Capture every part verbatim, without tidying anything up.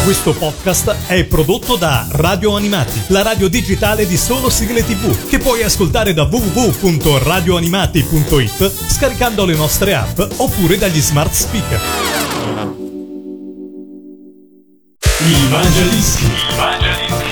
Questo podcast è prodotto da Radio Animati, la radio digitale di solo sigle tivù, che puoi ascoltare da w w w punto radio animati punto i t scaricando le nostre app oppure dagli smart speaker. Il Mangiadischi. Il Mangiadischi.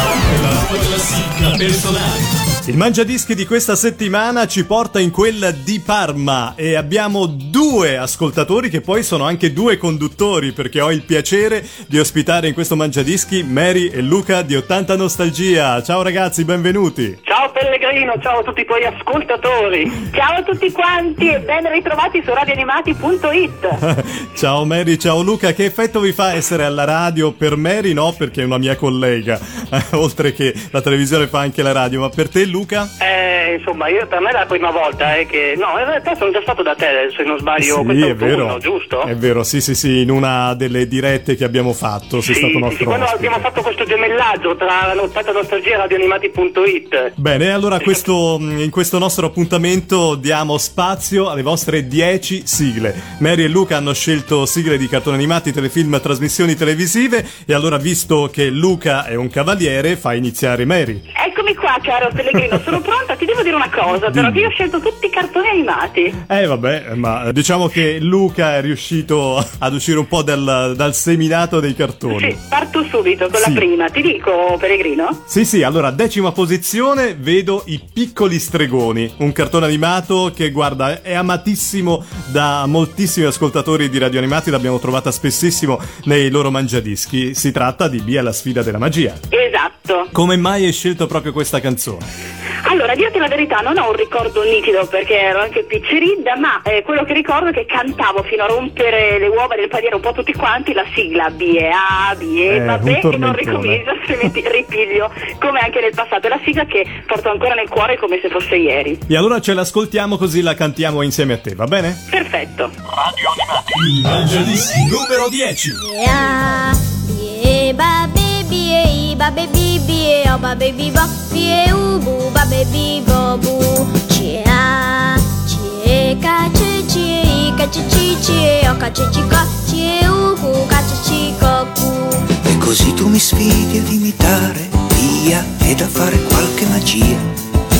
La tua classifica personale. Il Mangiadischi di questa settimana ci porta in quella di Parma e abbiamo due ascoltatori che poi sono anche due conduttori, perché ho il piacere di ospitare in questo Mangiadischi Mary e Luca di ottanta Nostalgia. Ciao ragazzi, benvenuti. Ciao Pellegrino, ciao a tutti i tuoi ascoltatori. Ciao a tutti quanti e ben ritrovati su radio animati punto i t. Ciao Mary, ciao Luca. Che effetto vi fa essere alla radio? Per Mary no, perché è una mia collega, oltre che la televisione fa anche la radio, ma per te Luca? Eh, insomma, io, per me è la prima volta eh, che... No, in realtà sono già stato da te, se non sbaglio, sì, questo è vero, giusto? È vero, sì, sì, sì, in una delle dirette che abbiamo fatto, sei sì, stato sì, nostro sì, quando ospite. abbiamo fatto questo gemellaggio tra l'ottanta Nostalgia e radio animati punto i t. Bene, allora questo, in questo nostro appuntamento diamo spazio alle vostre dieci sigle. Mary e Luca hanno scelto sigle di cartoni animati, telefilm, trasmissioni televisive, e allora, visto che Luca è un cavaliere, fa iniziare Mary. Eccomi qua, caro Pellegrino, sono pronta. Ti devo dire una cosa, però, che io ho scelto tutti i cartoni animati. Eh vabbè, ma diciamo che Luca è riuscito ad uscire un po' dal, dal seminato dei cartoni. Sì, parto subito con Sì. la prima. Ti dico, Pellegrino? Sì, sì, allora, decima posizione, vedo I Piccoli Stregoni, un cartone animato che, guarda, è amatissimo da moltissimi ascoltatori di Radio Animati, l'abbiamo trovata spessissimo nei loro mangiadischi. Si tratta di Bee alla sfida della magia. Esatto. Come mai hai scelto proprio questa canzone? Allora, a dirti la verità, non ho un ricordo nitido perché ero anche picceridda, ma eh, quello che ricordo è che cantavo fino a rompere le uova del paniere un po' tutti quanti la sigla B e A, B e Eh, vabbè, un e non tormentone. ricomincio, altrimenti ripiglio come anche nel passato. È la sigla che porto ancora nel cuore come se fosse ieri. E allora ce l'ascoltiamo, così la cantiamo insieme a te, va bene? Perfetto. Radio Animati. Il mangiadischi numero dieci. Yeah, yeah, ba baby, yeah, ba baby, yeah, oh, ba baby, ba, yeah, ubu, ba baby, ba bu, chia, chia, cace, chia, cace, chia, oh, cace, cica, chia, ubu, cace, cica, cu. E così tu mi sfidi ad imitare, via, ed a fare qualche magia.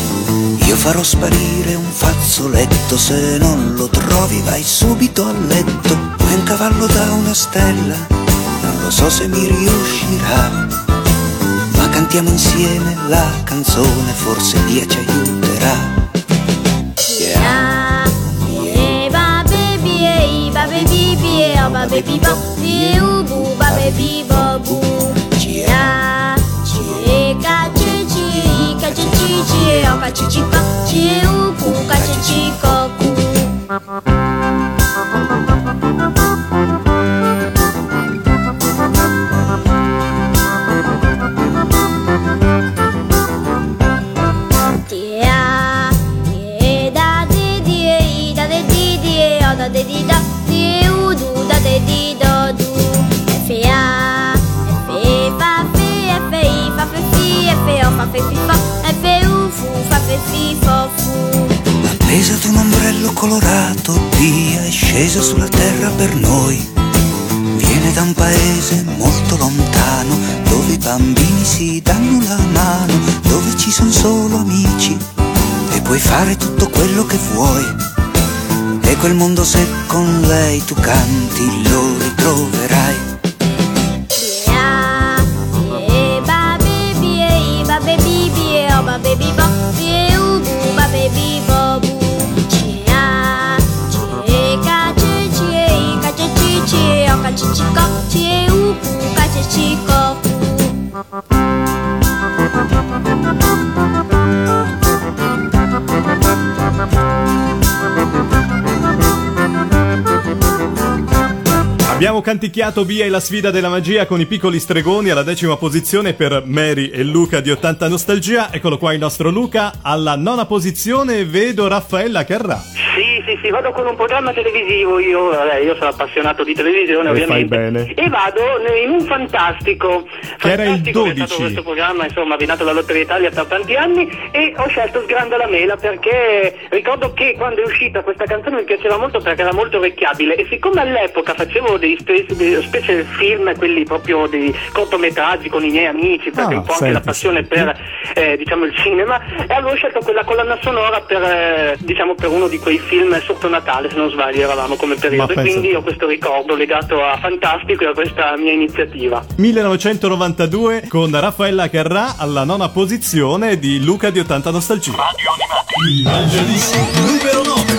Io farò sparire un fazzoletto, se non lo trovi vai subito a letto. Poi un cavallo da una stella, non lo so se mi riuscirà, ma cantiamo insieme la canzone, forse Dio ci aiuterà. Yeah, yeah, ba baby, yeah, ba baby, yeah, oh, ba baby, ba, yeah, ubu, ba baby, ba bu, chia, chia, cace, chia, cace, chia, oh, cace, cica, chia, ubu, cace, cica, cu. Yeah, yeah, da de di, da de di di, oh, da de di da, di u du, da de di do du. F A, F E, fa fe, F I, fa fe fi, F O, fa fe fi fa, F U fu, fa fe fi fo fu. Appesa ad un ombrello colorato, Dio è scesa sulla terra per noi. Viene da un paese molto lontano, dove i bambini si danno la mano, dove ci sono solo amici e puoi fare tutto quello che vuoi. E quel mondo, se con lei tu canti, lo ritroverai. Yeah, yeah, ba baby, yeah, ba baby, yeah, oh, ba baby, ba, yeah, ubu, ba baby, ba bu, chia, chia, cace, chia, cace, chia, oh, cace, cica, chia, ubu, cace, cica, cu. Abbiamo canticchiato Via e la sfida della magia con I Piccoli Stregoni alla decima posizione per Mary e Luca di ottanta Nostalgia. Eccolo qua il nostro Luca. Alla nona posizione vedo Raffaella Carrà. Sì, sì, sì, vado con un programma televisivo, io, vabbè, io sono appassionato di televisione, e ovviamente. Fai bene. E vado in un fantastico. Che era il fantastico, dodici. È stato questo programma, insomma, abbinato alla Lotteria Italia per tanti anni, e ho scelto Sgranda la mela perché ricordo che quando è uscita questa canzone mi piaceva molto perché era molto orecchiabile, e siccome all'epoca facevo dei spe- dei special film, quelli proprio dei cortometraggi con i miei amici, perché Ah, un po' anche senti, la passione senti. per eh, diciamo il cinema, e avevo scelto quella colonna sonora per eh, diciamo per uno di quei film sotto Natale, se non sbaglio eravamo come periodo, Ma e quindi pensa- ho questo ricordo legato a Fantastico e a questa mia iniziativa. millenovecentonovantadue con Raffaella Carrà alla nona posizione di Luca di ottanta Nostalgia. Radio Animati. Il Mangiadischi numero nove.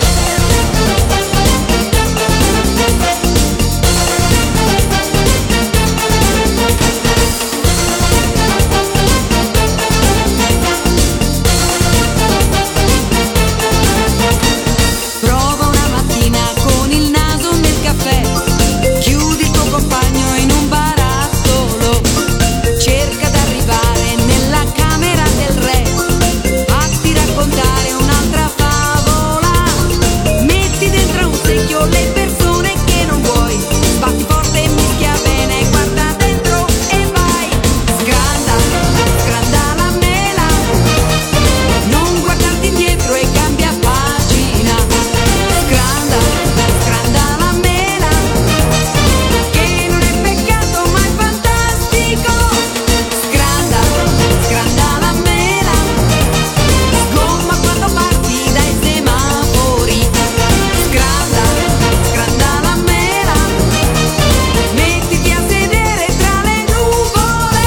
Prova una mattina con il naso nel caffè, chiudi il tuo compagno in un barattolo, cerca d'arrivare nella camera del re, fatti raccontare un'altra favola, metti dentro un secchio le persone che non vuoi, sbatti forte e mischia bene, guarda dentro e vai, sgranda, sgranda la mela, non guardarti indietro e cambia pagina, sgranda, sgranda la mela, che non è peccato ma è fantastico, sgranda, sgranda la mela, sgomma quando parti dai semafori, sgranda, sgranda la mela, mettiti a sedere tra le nuvole.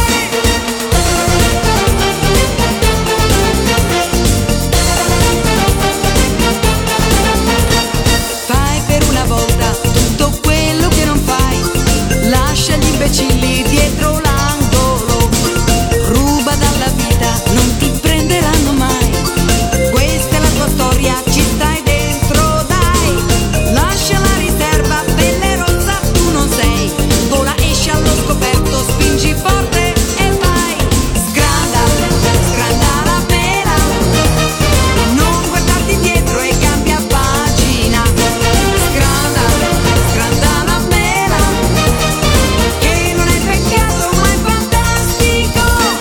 Fai per una volta tutto quello che non fai, lascia gli imbecilli dietro l'angolo, ruba dalla vita, non ti prenderanno mai, questa è la tua storia, ci stai dentro, dai, lascia la riserva, pelle rossa tu non sei, vola, esci allo scoperto, spingi forte e vai, sgranda, sgranda la mela, non guardarti indietro e cambia pagina, sgranda, sgranda la mela, che non è peccato ma è fantastico.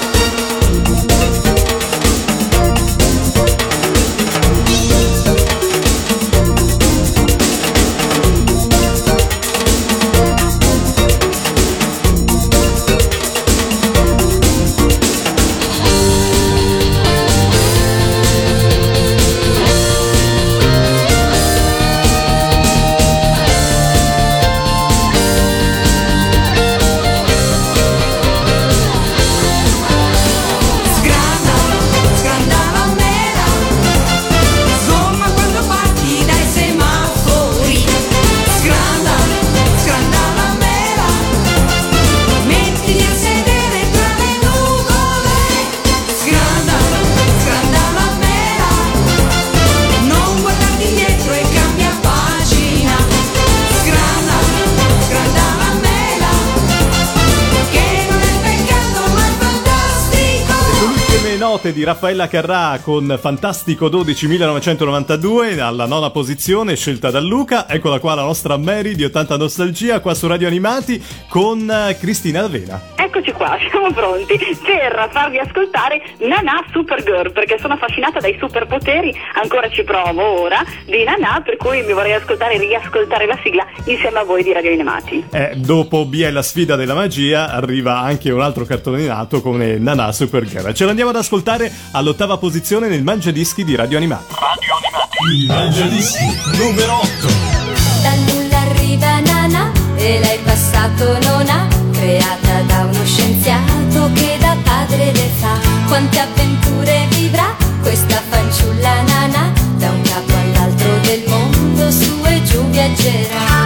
Sgranda, sgranda la mela, sgomma quando parti dai semafori, sgranda, sgranda la mela, mettiti a sedere tra le nuvole, sgranda, sgranda la mela, non guardarti indietro e cambia pagina, sgranda, sgranda la mela, che non è peccato ma è fantastico. Le ultime note di Raffaella Carrà con Fantastico dodici millenovecentonovantadue alla nona posizione, scelta da Luca. Eccola qua la nostra Mary di ottanta Nostalgia qua su Radio Animati con eh, Cristina D'Avena. Eccoci qua, siamo pronti per farvi ascoltare Nanà Supergirl, perché sono affascinata dai superpoteri, ancora ci provo ora, di Nanà, per cui mi vorrei ascoltare e riascoltare la sigla insieme a voi di Radio Animati. Eh, dopo B è la sfida della magia, arriva anche un altro cartone animato come Nanà Supergirl. Ce l'andiamo ad ascoltare all'ottava posizione nel Mangiadischi di Radio Animati. Radio Animati. Il Mangiadischi numero otto. Da nulla arriva Nana e lei passato non ha, creata da uno scienziato che da padre le fa. Quante avventure vivrà questa fanciulla Nana, da un capo all'altro del mondo su e giù viaggerà.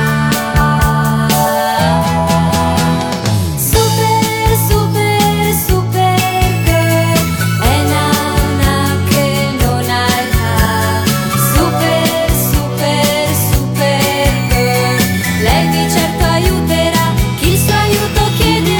Super, super, super girl, è Nana che non ha età. Super, super, super girl, lei di certo aiuterà chi il suo aiuto chiederà.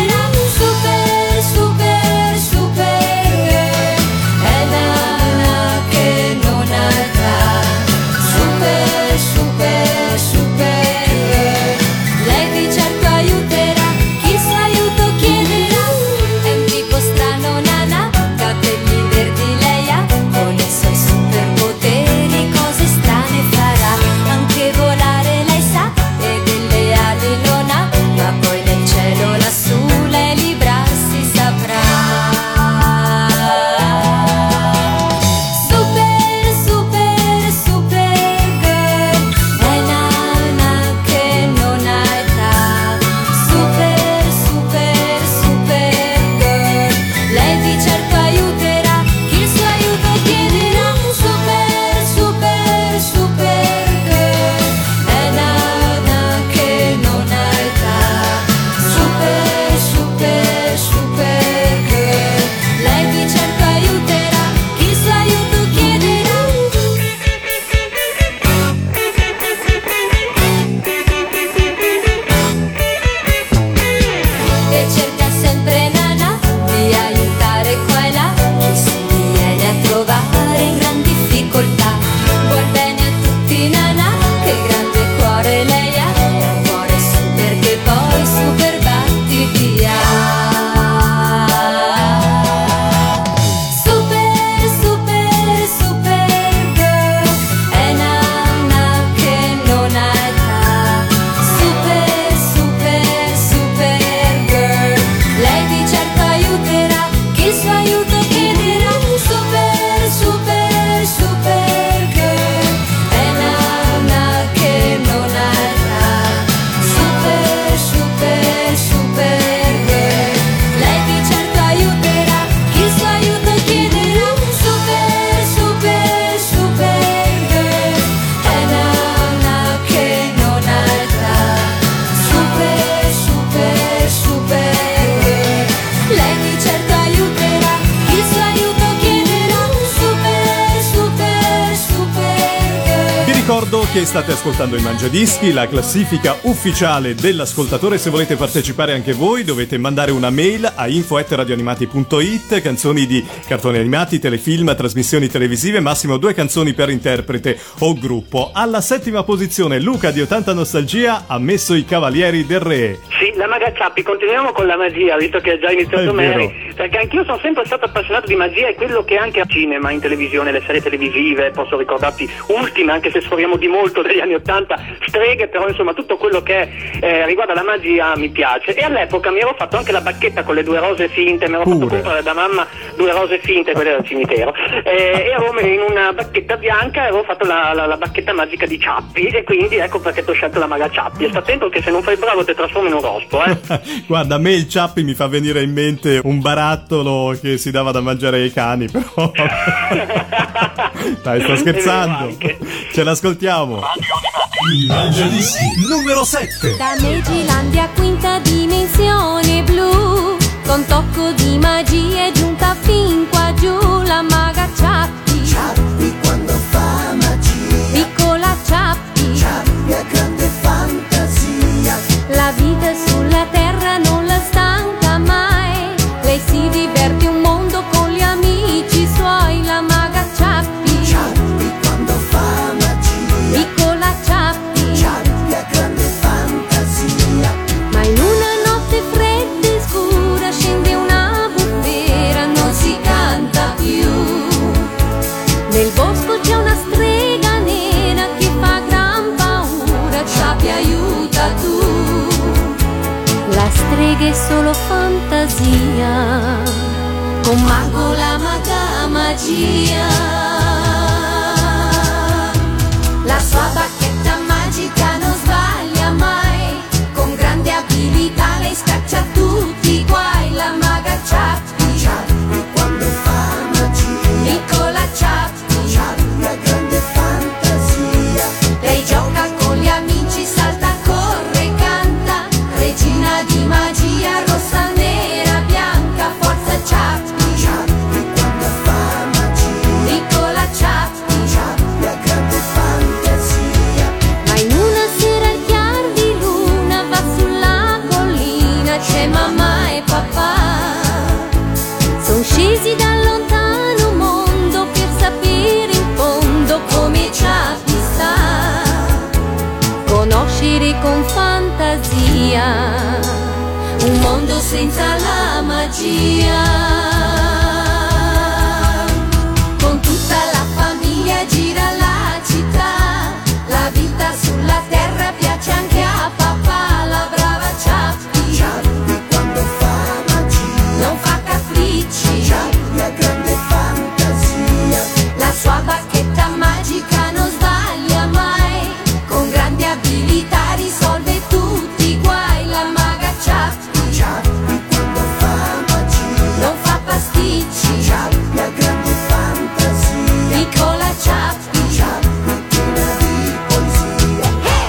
ricordo che state ascoltando il Mangiadischi, la classifica ufficiale dell'ascoltatore. Se volete partecipare anche voi dovete mandare una mail a info chiocciola radioanimati punto it, canzoni di cartoni animati, telefilm, trasmissioni televisive, massimo due canzoni per interprete o gruppo. Alla settima posizione Luca di ottanta Nostalgia ha messo I Cavalieri del Re. Sì, la maga Ciappi, continuiamo con la magia, visto che ha già iniziato Mary, perché anch'io sono sempre stato appassionato di magia e quello che anche a cinema, in televisione, le serie televisive, posso ricordarti ultime, anche se sforiamo di molto degli anni ottanta, streghe, però insomma tutto quello che eh, riguarda la magia mi piace. E all'epoca mi ero fatto anche la bacchetta con le due rose finte, mi ero Pure. fatto comprare da mamma due rose finte, quelle del cimitero, e ero in una bacchetta bianca e avevo fatto la, la, la bacchetta magica di Ciappi, e quindi ecco perché ti ho scelto la maga Ciappi. E sta attento che se non fai bravo ti trasformi in un rospo, eh. Guarda, a me il Ciappi mi fa venire in mente un barattolo che si dava da mangiare ai cani, però dai, sto scherzando. Ce l'ascoltiamo. Il Mangiadischi numero sette. Da Megilandia quinta dimensione blu, con tocco di magia è giunta fin qua giù la maga Ciappi. Ciappi quando fa magia, Piccola Ciappi, Ciappi ha grande fantasia. la vita sulla terra non la stanca mai, lei si diverte un mondo con gli amici suoi, la maga Ciappi. Ciappi quando fa magia, Piccola Ciappi, Ciappi ha grande fantasia. ma in una notte fredda e scura scende una bufera, non si canta più. Nel bosco c'è una strega nera che fa gran paura, Ciappi aiuta tu. La strega è solo fantasia, con mago la maga magia. La sua bacchetta magica non sbaglia mai, con grande abilità lei scaccia tutti i guai, la maga Ciappi. Ciappi quando fa magia, Piccola Ciappi, Ciappi ha grande fantasia. lei gioca con gli amici, salta, corre, canta, regina di magia, rossa, nera, bianca, forza Ciappi. Ciappi quando fa magia, Piccola Ciappi, Ciappi ha grande fantasia. ma in una sera al chiar di luna va sulla collina, c'è mamma e papà. Son scesi dal lontano mondo per sapere in fondo come Ciappi sta, conoscere con fantasia un mondo senza la magia. Con tutta la famiglia gira la città, la vita sulla terra piace anche a papà, la brava Ciappi. Ciappi quando fa magia, Non fa capricci, Ciappi ha grande fantasia. la sua bacchetta magica non sbaglia mai, con grande abilità risolve tutti i guai, la maga Ciappi. Ciappi quando fa magia, Non fa pasticci, Ciappi ha grande fantasia. piccola Ciappi. Ciappi piena di poesia.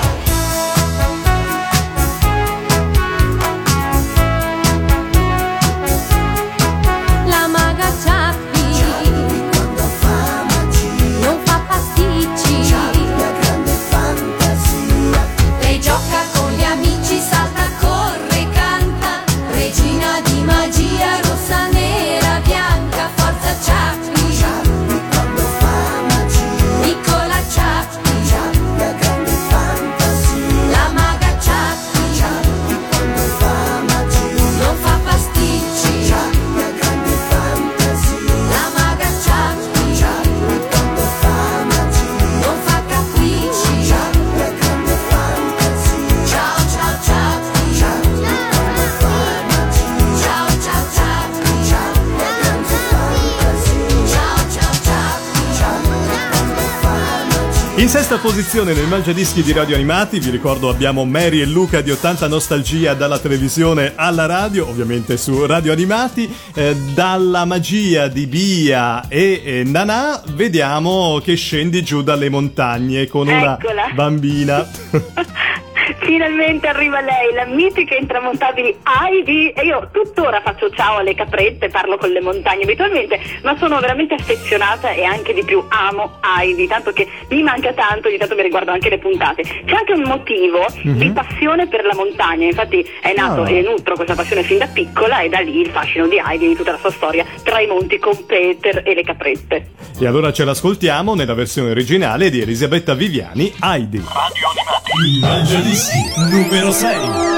La maga Ciappi, Ciappi quando fa magia, non fa pasticci, Ciappi ha grande fantasia. lei gioca con gli amici, salta, corre, canta, regina di magia, rossa, nera, bianca, forza Ciappi. Ciappi quando fa magia, Piccola Ciappi, Ciappi ha grande fantasia. la maga Ciappi, Ciappi quando fa magia, non fa pasticci, Ciappi ha grande fantasia. la maga Ciappi, Ciappi quando fa magia, non fa capricci. Ciappi ha grande fantasia. Ciao ciao Ciappi, Ciappi quando fa magia, ciao ciao Ciappi, Ciappi ha grande fantasia. ciao ciao Ciappi. Ciappi quando fa magia. In sesta posizione nel Mangiadischi di Radio Animati, vi ricordo abbiamo Mary e Luca di ottanta Nostalgia, dalla televisione alla radio, ovviamente su Radio Animati. Eh, dalla magia di Bia e eh, Nanà vediamo che scendi giù dalle montagne con una Eccola. bambina. Finalmente arriva lei, la mitica e intramontabile Heidi, e io tuttora faccio ciao alle caprette, parlo con le montagne abitualmente, ma sono veramente affezionata e anche di più amo Heidi, tanto che mi manca tanto, ogni tanto mi riguardo anche le puntate. C'è anche un motivo mm-hmm. di passione per la montagna, infatti è nato oh. e nutro questa passione fin da piccola, e da lì il fascino di Heidi, di tutta la sua storia tra i monti con Peter e le caprette. E allora ce l'ascoltiamo nella versione originale di Elisabetta Viviani, Heidi. Radio Animati, il Mangiadischi numero sei.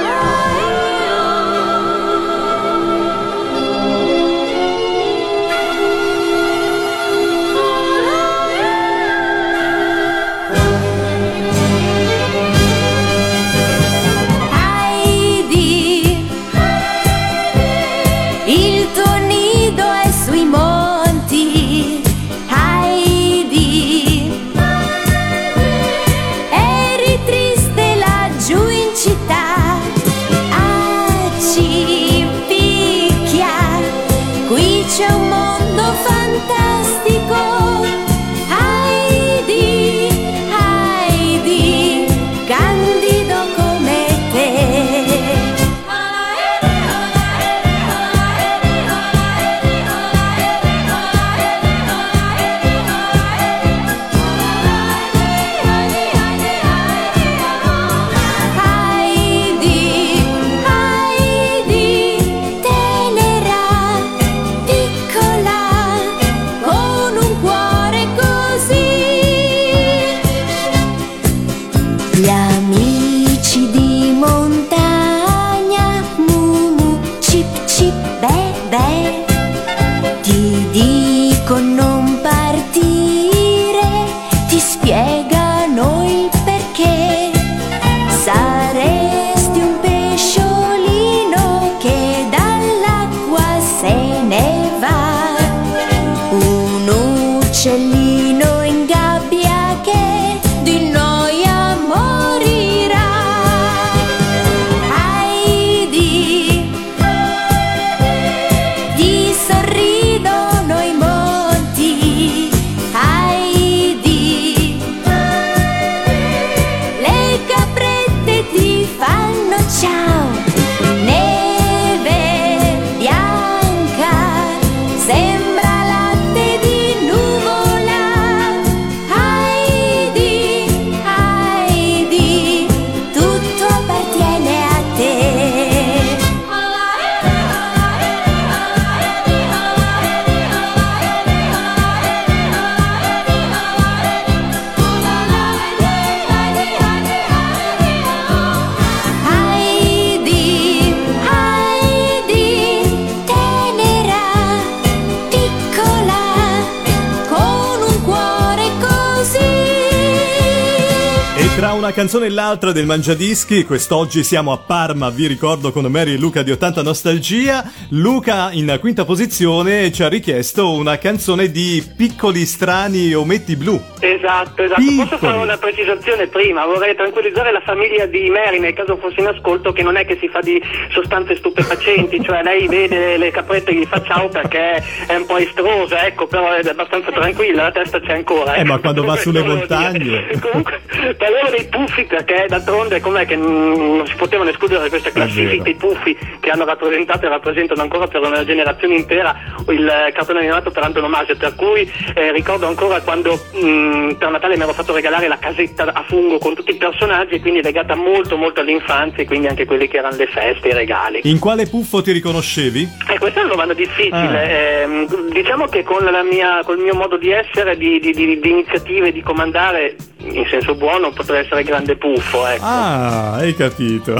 Una canzone e l'altra del Mangiadischi, quest'oggi siamo a Parma, vi ricordo, con Mary e Luca di ottanta Nostalgia. Luca in quinta posizione ci ha richiesto una canzone di Piccoli Strani Ometti Blu. Esatto, esatto. Piccoli. Posso fare una precisazione prima? Vorrei tranquillizzare la famiglia di Mary, nel caso fosse in ascolto, che non è che si fa di sostanze stupefacenti, cioè lei vede le caprette e gli fa ciao perché è un po' estrosa, ecco, però è abbastanza tranquilla, la testa c'è ancora. Eh, ecco, ma quando va sulle montagne. Comunque, parliamo dei puffi, perché d'altronde com'è che non si potevano escludere da queste classifiche i puffi che hanno rappresentato e rappresentano ancora per una generazione intera il cartone animato per antonomasia, per cui eh, ricordo ancora quando mh, per Natale mi ero fatto regalare la casetta a fungo con tutti i personaggi, e quindi legata molto molto all'infanzia, e quindi anche quelli che erano le feste, i regali. In quale puffo ti riconoscevi? Eh, questa è una domanda difficile. Ah. Eh, diciamo che con la mia, col mio modo di essere, di, di, di, di iniziative, di comandare, in senso buono, potrei essere grande puffo, ecco. Ah, hai capito.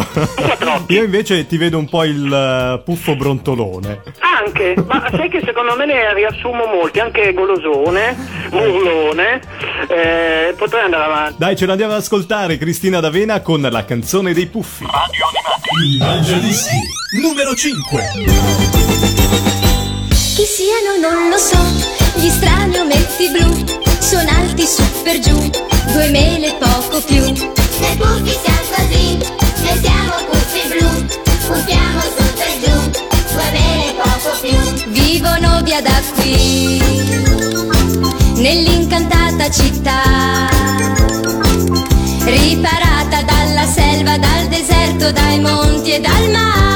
Io invece ti vedo un po' il uh, puffo brontolone. Anche, ma sai che secondo me ne riassumo molti, anche golosone, urlone, eh, potrei andare avanti. Dai, ce l'andiamo ad ascoltare, Cristina D'Avena con la canzone dei puffi. Radio Animati, il Mangiadischi numero cinque. Chi siano non lo so, gli strani ometti blu, sono alti su per giù, due mele poco più. Noi puffi siamo così, noi siamo puffi blu, puffiamo su per giù, due mele poco più. Vivono via da qui, nell'incantata città, riparata dalla selva, dal lontano dai monti e dal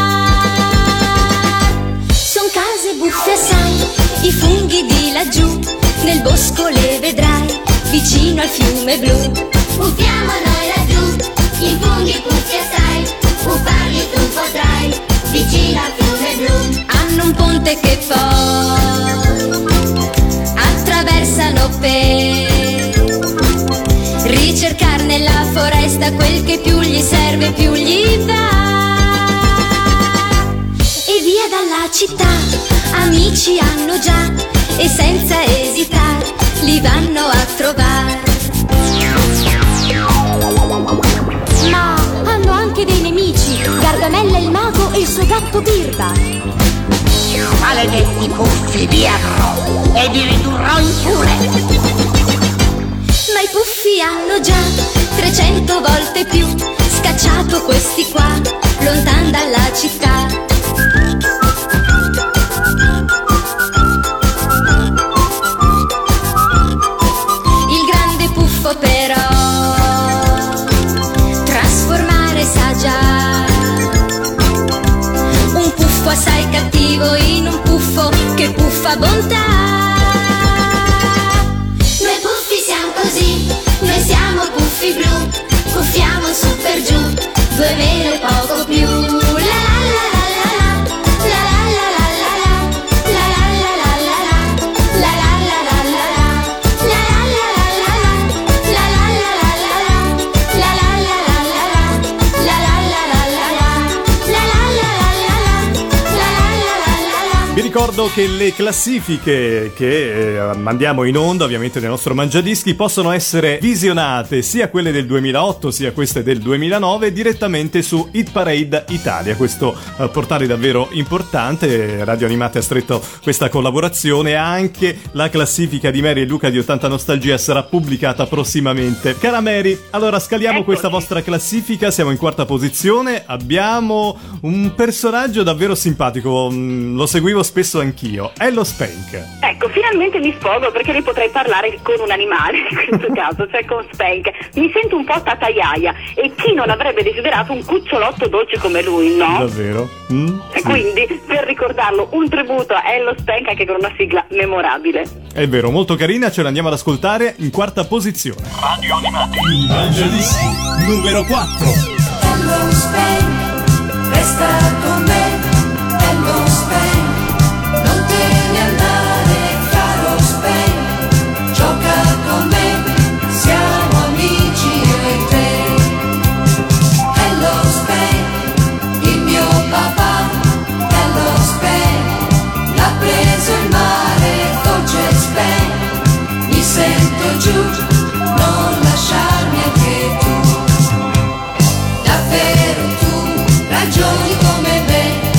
mar. Son case buffe assai, i funghi di laggiù, nel bosco le vedrai, vicino al fiume blu. Puffiamo noi laggiù, i funghi puffi assai, puffarli tu potrai, vicino al fiume blu. Hanno un ponte che poi attraversano per ricercare nella foresta quel che più gli serve, più gli va. E via dalla città, amici hanno già, e senza esitare li vanno a trovare. Ma hanno anche dei nemici, Gargamella il mago e il suo gatto Birba. Maledetti puffi, vi avrò e vi ridurrò in pure. Ma i puffi hanno già trecento volte più scacciato questi qua, lontan dalla città. Il grande puffo però trasformare sa già, un puffo assai cattivo in un puffo che puffa bontà. Noi puffi siamo così, noi siamo puffi blu, puffiamo su per giù, due mele poco più. La la la la la, la la la la la, la la la la la la, la la la la la la, la la la la la, la la la la la la, la la la la la la, la la la la la la, la la la la la, la la la la. Vi ricordo che le classifiche che eh, mandiamo in onda, ovviamente nel nostro Mangiadischi, possono essere visionate, sia quelle del duemilaotto sia queste del duemilanove, direttamente su Hit Parade Italia, questo eh, portale davvero importante. Radio Animati ha stretto questa collaborazione. Anche la classifica di Mary e Luca di ottanta Nostalgia sarà pubblicata prossimamente. Cara Mary, allora scaliamo Eccoci. questa vostra classifica, siamo in quarta posizione, abbiamo un personaggio davvero simpatico, mm, lo seguivo spesso anch'io, è lo Spank. Ecco, finalmente mi sfogo perché ne potrei parlare con un animale in questo caso, cioè con Spank. Mi sento un po' Tata Yaya, e chi non avrebbe desiderato un cucciolotto dolce come lui, no? Davvero? Mm? E Sì. quindi, per ricordarlo, un tributo a Ello Spank anche con una sigla memorabile. È vero, molto carina, ce l'andiamo ad ascoltare in quarta posizione. Radio Animati. Il Mangiadischi numero quattro. Hello Spain, resta con me. Hello Spain, non te ne andare, caro Spain. Gioca con me, siamo amici io e te. Hello Spain, il mio papà. Hello Spain, l'ha preso il mare, dolce Spain. Mi sento giù, non lasciarmi anche tu. Davvero tu ragioni come me.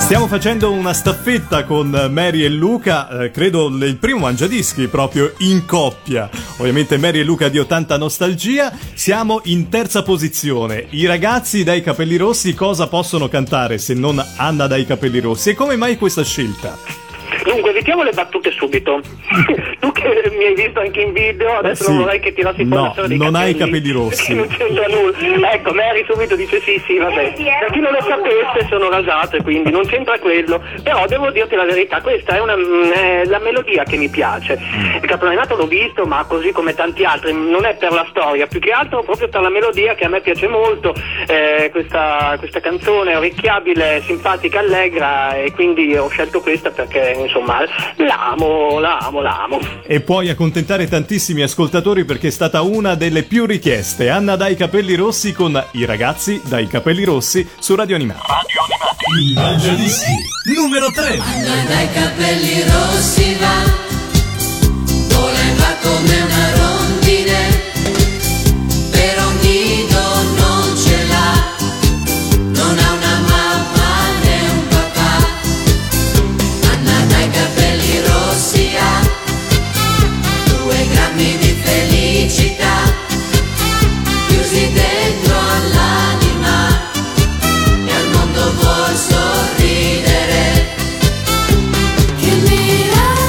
Stiamo facendo una staffetta con Mary e Luca, eh, credo il primo Mangiadischi proprio in coppia. Ovviamente Mary e Luca di ottanta Nostalgia. Siamo in terza posizione. I ragazzi dai capelli rossi cosa possono cantare se non Anna dai capelli rossi? E come mai questa scelta? Dunque, evitiamo le battute subito. Tu che mi hai visto anche in video, adesso sì. non vorrei che tirassi fuori no, la storia dei non capelli. hai i capelli rossi. Non c'entra nulla. Ecco, Mary subito dice sì, sì, vabbè. Per chi non lo sapesse, sono rasato e quindi non c'entra quello. Però devo dirti la verità, questa è una è la melodia che mi piace. Il capodannato l'ho visto, ma così come tanti altri, non è per la storia, più che altro proprio per la melodia che a me piace molto. Eh, questa, questa canzone orecchiabile, simpatica, allegra, e quindi ho scelto questa perché insomma l'amo, l'amo, l'amo. E puoi accontentare tantissimi ascoltatori perché è stata una delle più richieste. Anna dai capelli rossi con I ragazzi dai capelli rossi su Radio Animati. Radio Animati. Il Mangiadischi numero tre. Anna dai capelli rossi va, vola e va come una rondine, però un nido non ce l'ha, non ha una mamma né un papà. Anna dai capelli rossi ha due grammi di felicità chiusi dentro all'anima e al mondo vuol sorridere. Che miracolo!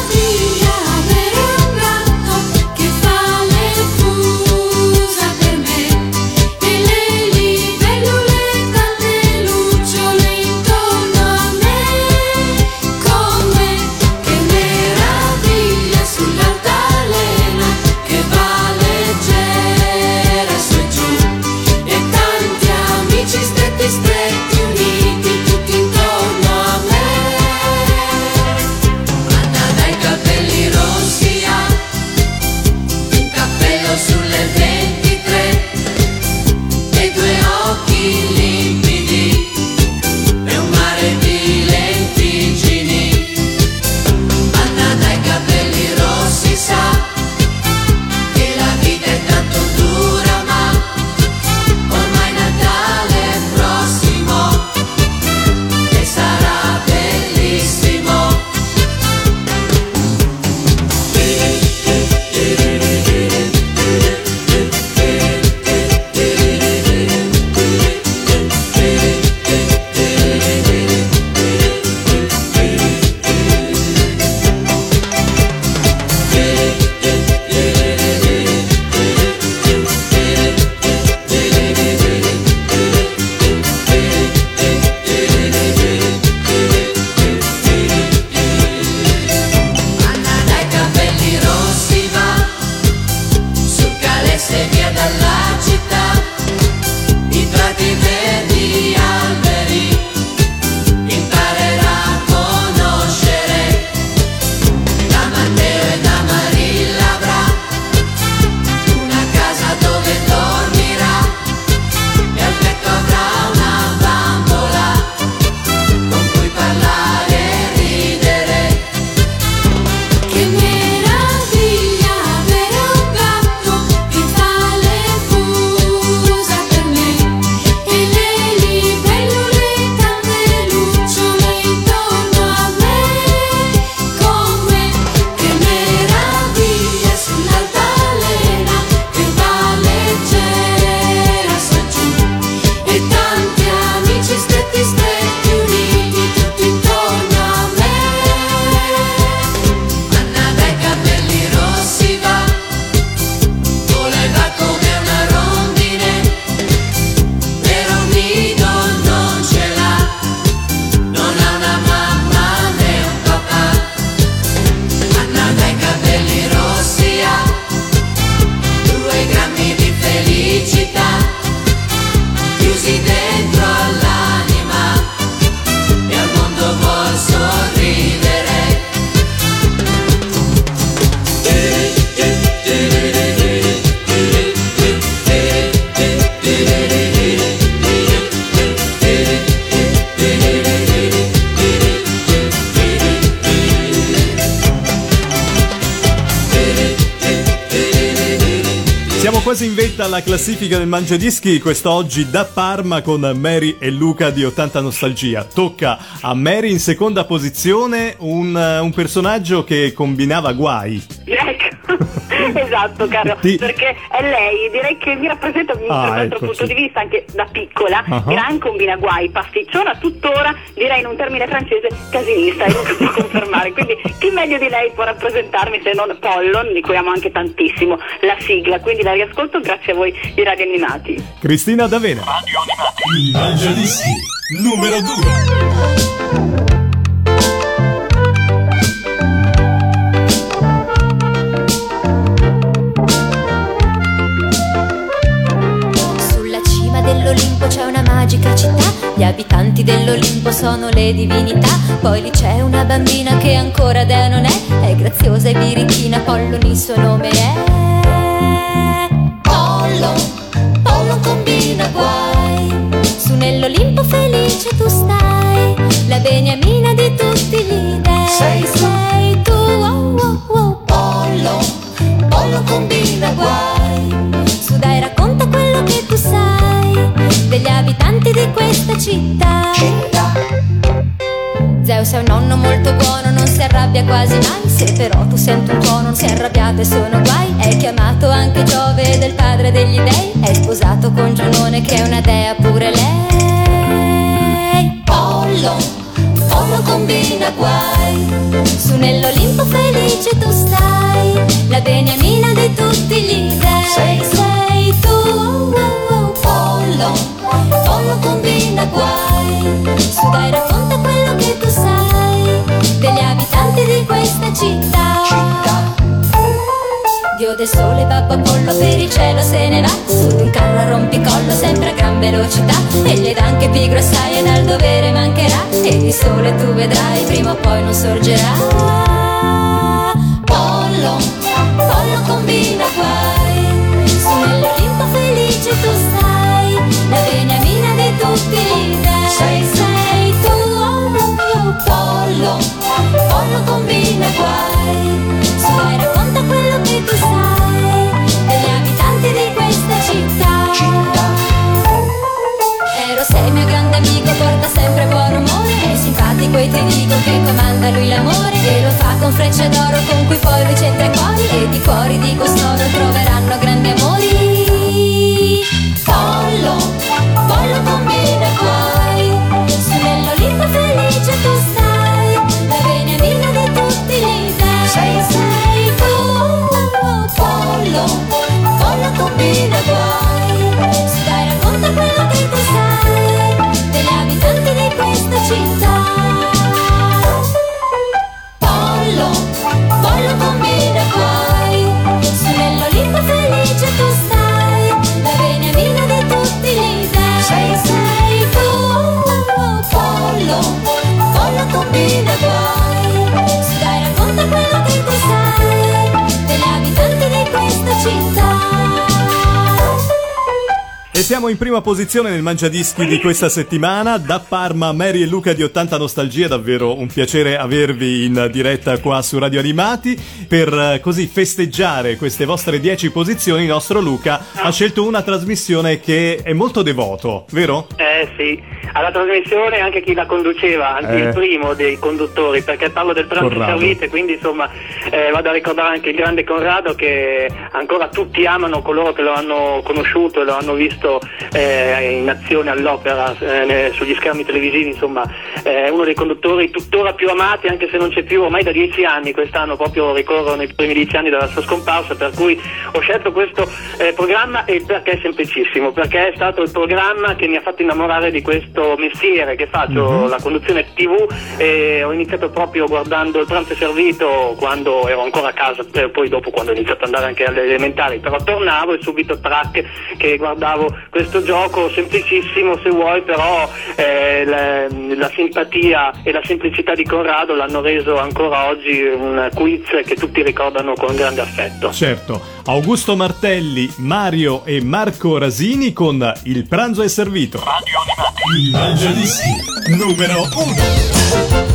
Siamo quasi in vetta alla classifica del Mangiadischi, quest'oggi da Parma con Mary e Luca di ottanta Nostalgia. Tocca a Mary in seconda posizione un, un personaggio che combinava guai. Ecco, esatto caro, Ti... perché è lei, direi che mi rappresenta dal ah, nostro ecco, punto sì. di vista anche da piccola, uh-huh. gran combinaguai, pasticciona, tuttora direi in un termine francese casinista, e Luca può confermare, quindi chi meglio di lei può rappresentarmi se non Pollon, di cui amo anche tantissimo la sigla, quindi la riascolto grazie a voi di Radio Animati. Cristina D'Avena. Radio Animati. Il Mangiadischi numero due. Dell'Olimpo c'è una magica città, gli abitanti dell'Olimpo sono le divinità. Poi lì c'è una bambina che ancora dea non è, è graziosa e birichina, Pollon il suo nome è. Pollon, Pollon combina guai, su nell'Olimpo felice tu stai, la beniamina di tutti gli dei. Sei, sei tu, oh, oh, oh. Pollon, Pollon combina guai, su dai racconta quello che tu sai degli abitanti di questa città. Città. Zeus è un nonno molto buono, non si arrabbia quasi mai. Se però tu senti un tuono non si è arrabbiato e sono guai. È chiamato anche Giove del padre degli dei, è sposato con Giunone che è una dea pure lei. Pollon, Pollon combina guai, su nell'Olimpo felice tu stai, la beniamina di tutti gli dei. Sei, sei tu, oh, oh, oh. Pollon, Pollon combina guai, su dai racconta quello che tu sai degli abitanti di questa città. Città. Dio del sole, babbo Apollo, per il cielo se ne va, su di un carro a rompicollo sempre a gran velocità, e gli dà anche pigro assai e dal dovere mancherà, e di sole tu vedrai prima o poi non sorgerà. Pollon, Pollon combina guai, su nell'Olimpo felice tu stai, la beniamina di tutti gli dei. Sei, sei tu, oh, oh, Pollon, Pollon combina guai, su dai racconta quello che tu sai degli abitanti di questa città. Città. Ero sei mio grande amico, porta sempre buon umore, è simpatico e ti dico che comanda lui l'amore, e lo fa con frecce d'oro con cui poi lui c'entra i cuori, e di cuori di costoro troveranno grandi amori. Pollon, Pollon combina guai, su nell'Olimpo felice tu stai, la beniamina di tutti gli dei. Sei, sei tu, oh, oh, Pollon, Pollon combina guai, su dai racconta quello che tu sai degli abitanti di questa città. Pollon, Pollon combina guai, su nell'Olimpo felice tu stai, la beniamina di tutti gli dei. Sei, sei tu, oh, oh, Pollon, Pollon combina guai, su dai racconta quello che tu sai degli abitanti di questa città. E siamo in prima posizione nel Mangiadischi di questa settimana. Da Parma, Mary e Luca di ottanta Nostalgia, davvero un piacere avervi in diretta qua su Radio Animati. Per così festeggiare queste vostre dieci posizioni, il nostro Luca ha scelto una trasmissione che è molto devoto, vero? Eh sì, alla trasmissione anche chi la conduceva, anche Eh. il primo dei conduttori, perché parlo del pranzo Corrado. servite, quindi insomma eh, vado a ricordare anche il grande Corrado, che ancora tutti amano, coloro che lo hanno conosciuto e lo hanno visto eh, in azione all'opera eh, sugli schermi televisivi, insomma è uno dei conduttori tuttora più amati, anche se non c'è più ormai da dieci anni, quest'anno proprio ricorrono i primi dieci anni dalla sua scomparsa, per cui ho scelto questo eh, programma, e perché è semplicissimo, perché è stato il programma che mi ha fatto innamorare di questo mestiere che faccio, mm-hmm. la conduzione tivù, e ho iniziato proprio guardando il pranzo servito quando ero ancora a casa, poi dopo quando ho iniziato ad andare anche alle elementari, però tornavo e subito track che guardavo questo gioco semplicissimo se vuoi, però eh, la, la simpatia e la semplicità di Corrado l'hanno reso ancora oggi un quiz che tutti ricordano con grande affetto. Certo, Augusto Martelli, Mario e Marco Rasini con Il pranzo è servito. Radio Animati. Il Mangiadischi numero uno.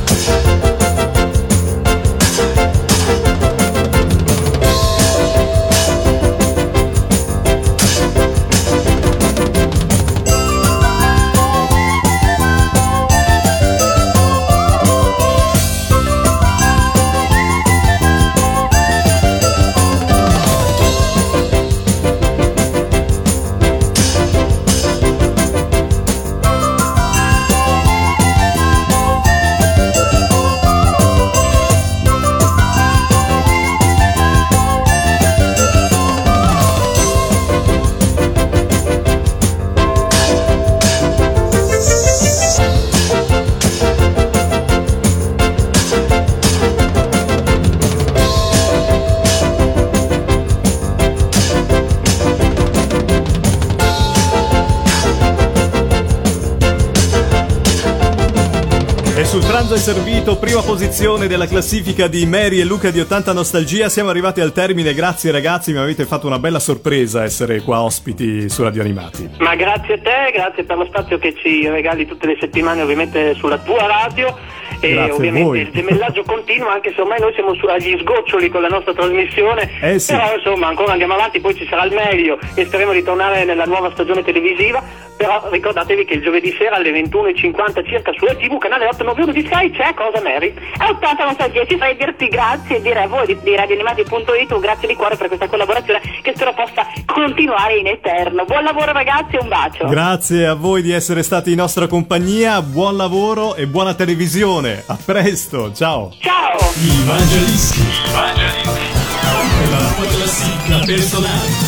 pranzo è servito, prima posizione della classifica di Mary e Luca di ottanta Nostalgia. Siamo arrivati al termine, grazie ragazzi, mi avete fatto una bella sorpresa essere qua ospiti su Radio Animati. Ma grazie a te, grazie per lo spazio che ci regali tutte le settimane ovviamente sulla tua radio. E grazie ovviamente il gemellaggio continua, anche se ormai noi siamo su, agli sgoccioli con la nostra trasmissione, eh sì. Però insomma ancora andiamo avanti, poi ci sarà il meglio e speriamo di tornare nella nuova stagione televisiva. Però ricordatevi che il giovedì sera alle ventuno e cinquanta circa su E T V canale otto nove uno di Sky c'è cosa, Mary? A ottanta Nostalgia ci fai dirti grazie e dire a voi di, di radioanimati punto it un grazie di cuore per questa collaborazione che spero possa continuare in eterno. Buon lavoro ragazzi e un bacio. Grazie a voi di essere stati in nostra compagnia, buon lavoro e buona televisione. A presto, ciao. Ciao. Il Mangiadischi. Il Mangiadischi. La tua classifica personale.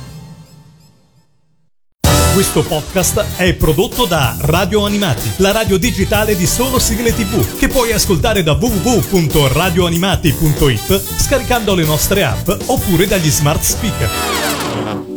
Questo podcast è prodotto da Radio Animati, la radio digitale di solo sigle tivù, che puoi ascoltare da w w w punto radio animati punto it scaricando le nostre app oppure dagli smart speaker.